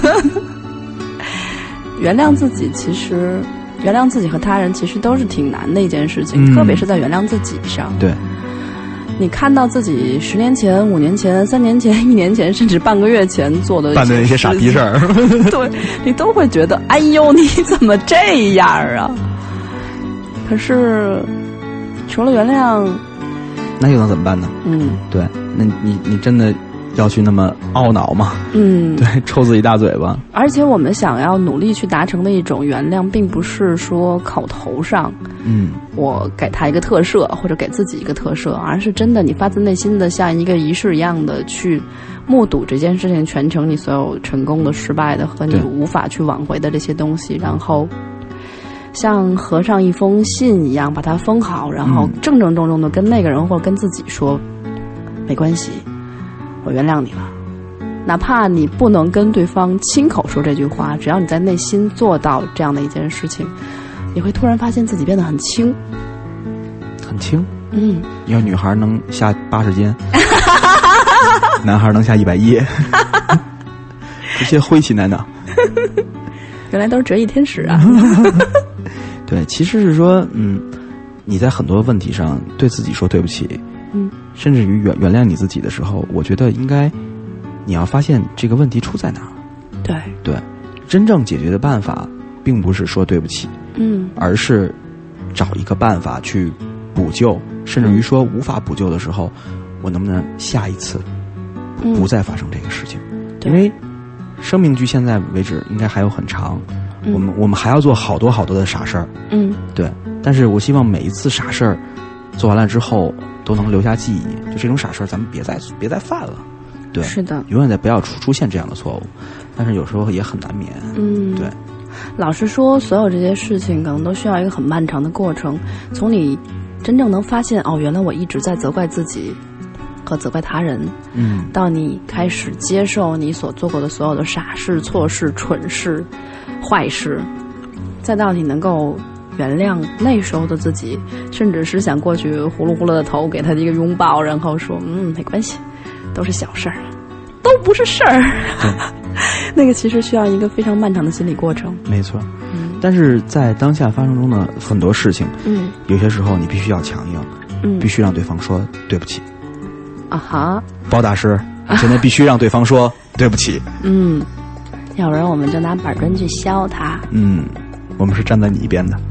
[SPEAKER 5] 原谅自己，其实原谅自己和他人其实都是挺难的一件事情，特别是在原谅自己上。
[SPEAKER 3] 对，
[SPEAKER 5] 你看到自己10年前、5年前、3年前、1年前，甚至半个月前做的
[SPEAKER 3] 办的那些傻逼事儿，
[SPEAKER 5] 对，你都会觉得，哎呦，你怎么这样啊？可是，除了原谅，
[SPEAKER 3] 那又能怎么办呢？对，那你真的要去那么懊恼吗？对，抽自己大嘴巴。
[SPEAKER 5] 而且我们想要努力去达成的一种原谅，并不是说口头上，我给他一个特赦，或者给自己一个特赦，而是真的你发自内心的像一个仪式一样的去目睹这件事情全程，你所有成功的、失败的和你无法去挽回的这些东西，然后像合上一封信一样把它封好，然后正正中中的跟那个人或者跟自己说，没关系，我原谅你了。哪怕你不能跟对方亲口说这句话，只要你在内心做到这样的一件事情，你会突然发现自己变得很轻。
[SPEAKER 3] 很轻？要女孩能下80斤，男孩能下110，直接挥起来呢。
[SPEAKER 5] 原来都是折翼天使啊。
[SPEAKER 3] 对，其实是说，你在很多问题上对自己说对不起，甚至于原谅你自己的时候，我觉得应该你要发现这个问题出在哪儿。对，真正解决的办法并不是说对不起，而是找一个办法去补救，甚至于说无法补救的时候，我能不能下一次不再发生这个事情？因为生命距现在为止应该还有很长，我们还要做好多好多的傻事儿，对。但是我希望每一次傻事儿做完了之后都能留下记忆，就这种傻事儿咱们别再犯了。对，
[SPEAKER 5] 是的，
[SPEAKER 3] 永远再不要出现这样的错误。但是有时候也很难免，对。
[SPEAKER 5] 老实说，所有这些事情可能都需要一个很漫长的过程，从你真正能发现原来我一直在责怪自己和责怪他人，到你开始接受你所做过的所有的傻事、错事、蠢事、坏事，再到你能够原谅那时候的自己，甚至是想过去呼噜呼噜的头给他一个拥抱，然后说没关系，都是小事儿，都不是事儿。那个其实需要一个非常漫长的心理过程。
[SPEAKER 3] 没错，但是在当下发生中的很多事情，有些时候你必须要强硬，必须让对方说对不起。包大师，你现在必须让对方说对不起。
[SPEAKER 5] 要不然我们就拿板砖去削他。
[SPEAKER 3] 我们是站在你一边的。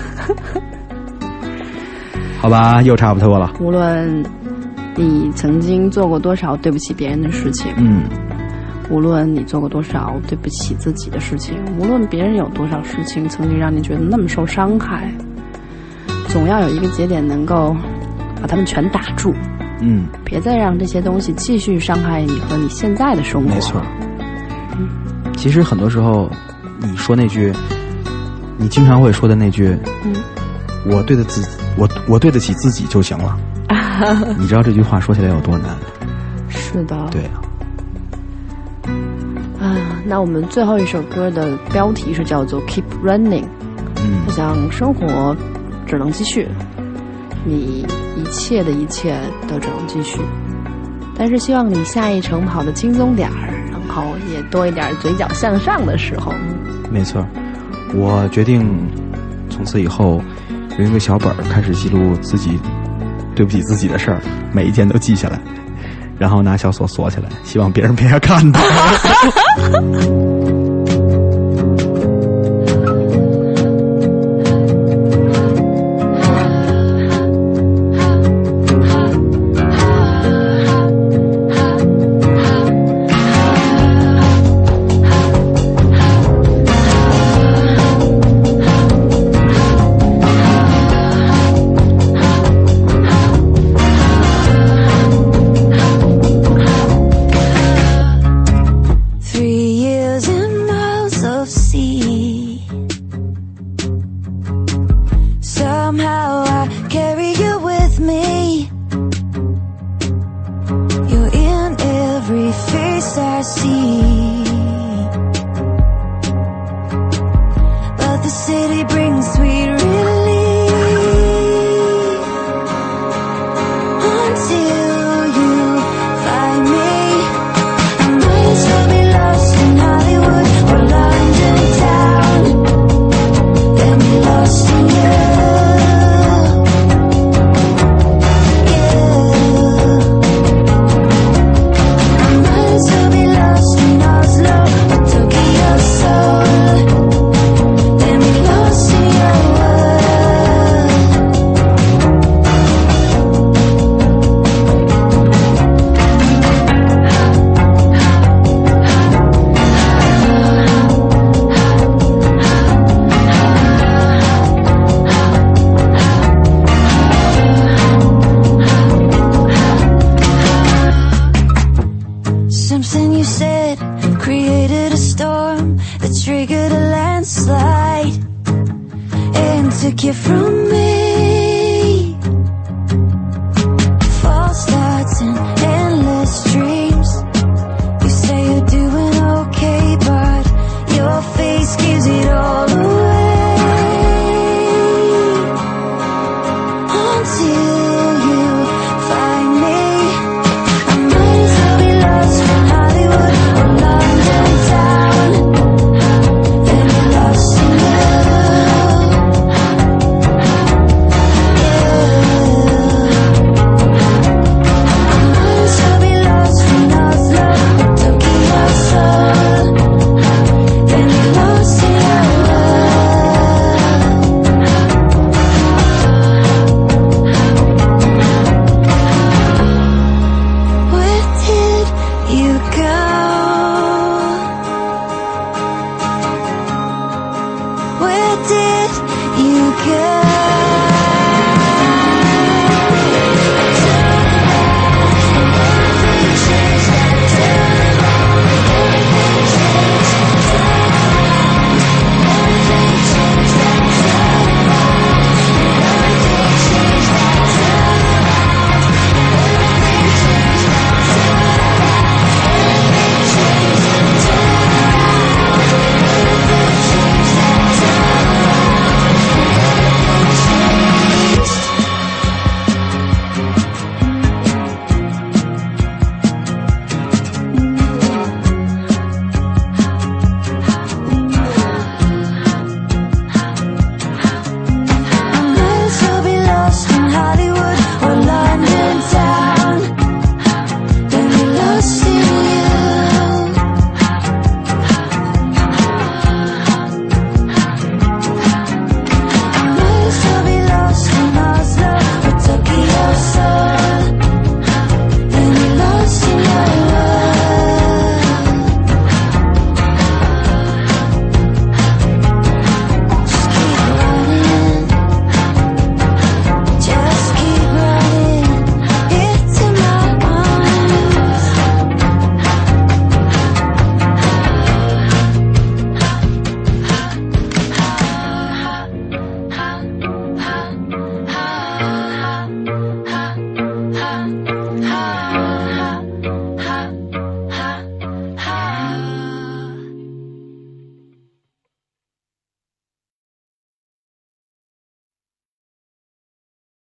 [SPEAKER 3] 好吧，又差不多了。
[SPEAKER 5] 无论你曾经做过多少对不起别人的事情，无论你做过多少对不起自己的事情，无论别人有多少事情曾经让你觉得那么受伤害，总要有一个节点能够把他们全打住。别再让这些东西继续伤害你和你现在的生活。
[SPEAKER 3] 没错。其实很多时候你说那句你经常会说的那句我对得起自己就行了你知道这句话说起来有多难？
[SPEAKER 5] 是的，
[SPEAKER 3] 对
[SPEAKER 5] 那我们最后一首歌的标题是叫做 Keep Running。我想生活只能继续，你一切的一切都只能继续，但是希望你下一程跑得轻松点儿，然后也多一点嘴角向上的时候。
[SPEAKER 3] 没错，我决定从此以后用一个小本开始记录自己对不起自己的事儿，每一件都记下来，然后拿小锁锁起来，希望别人别看到
[SPEAKER 6] Until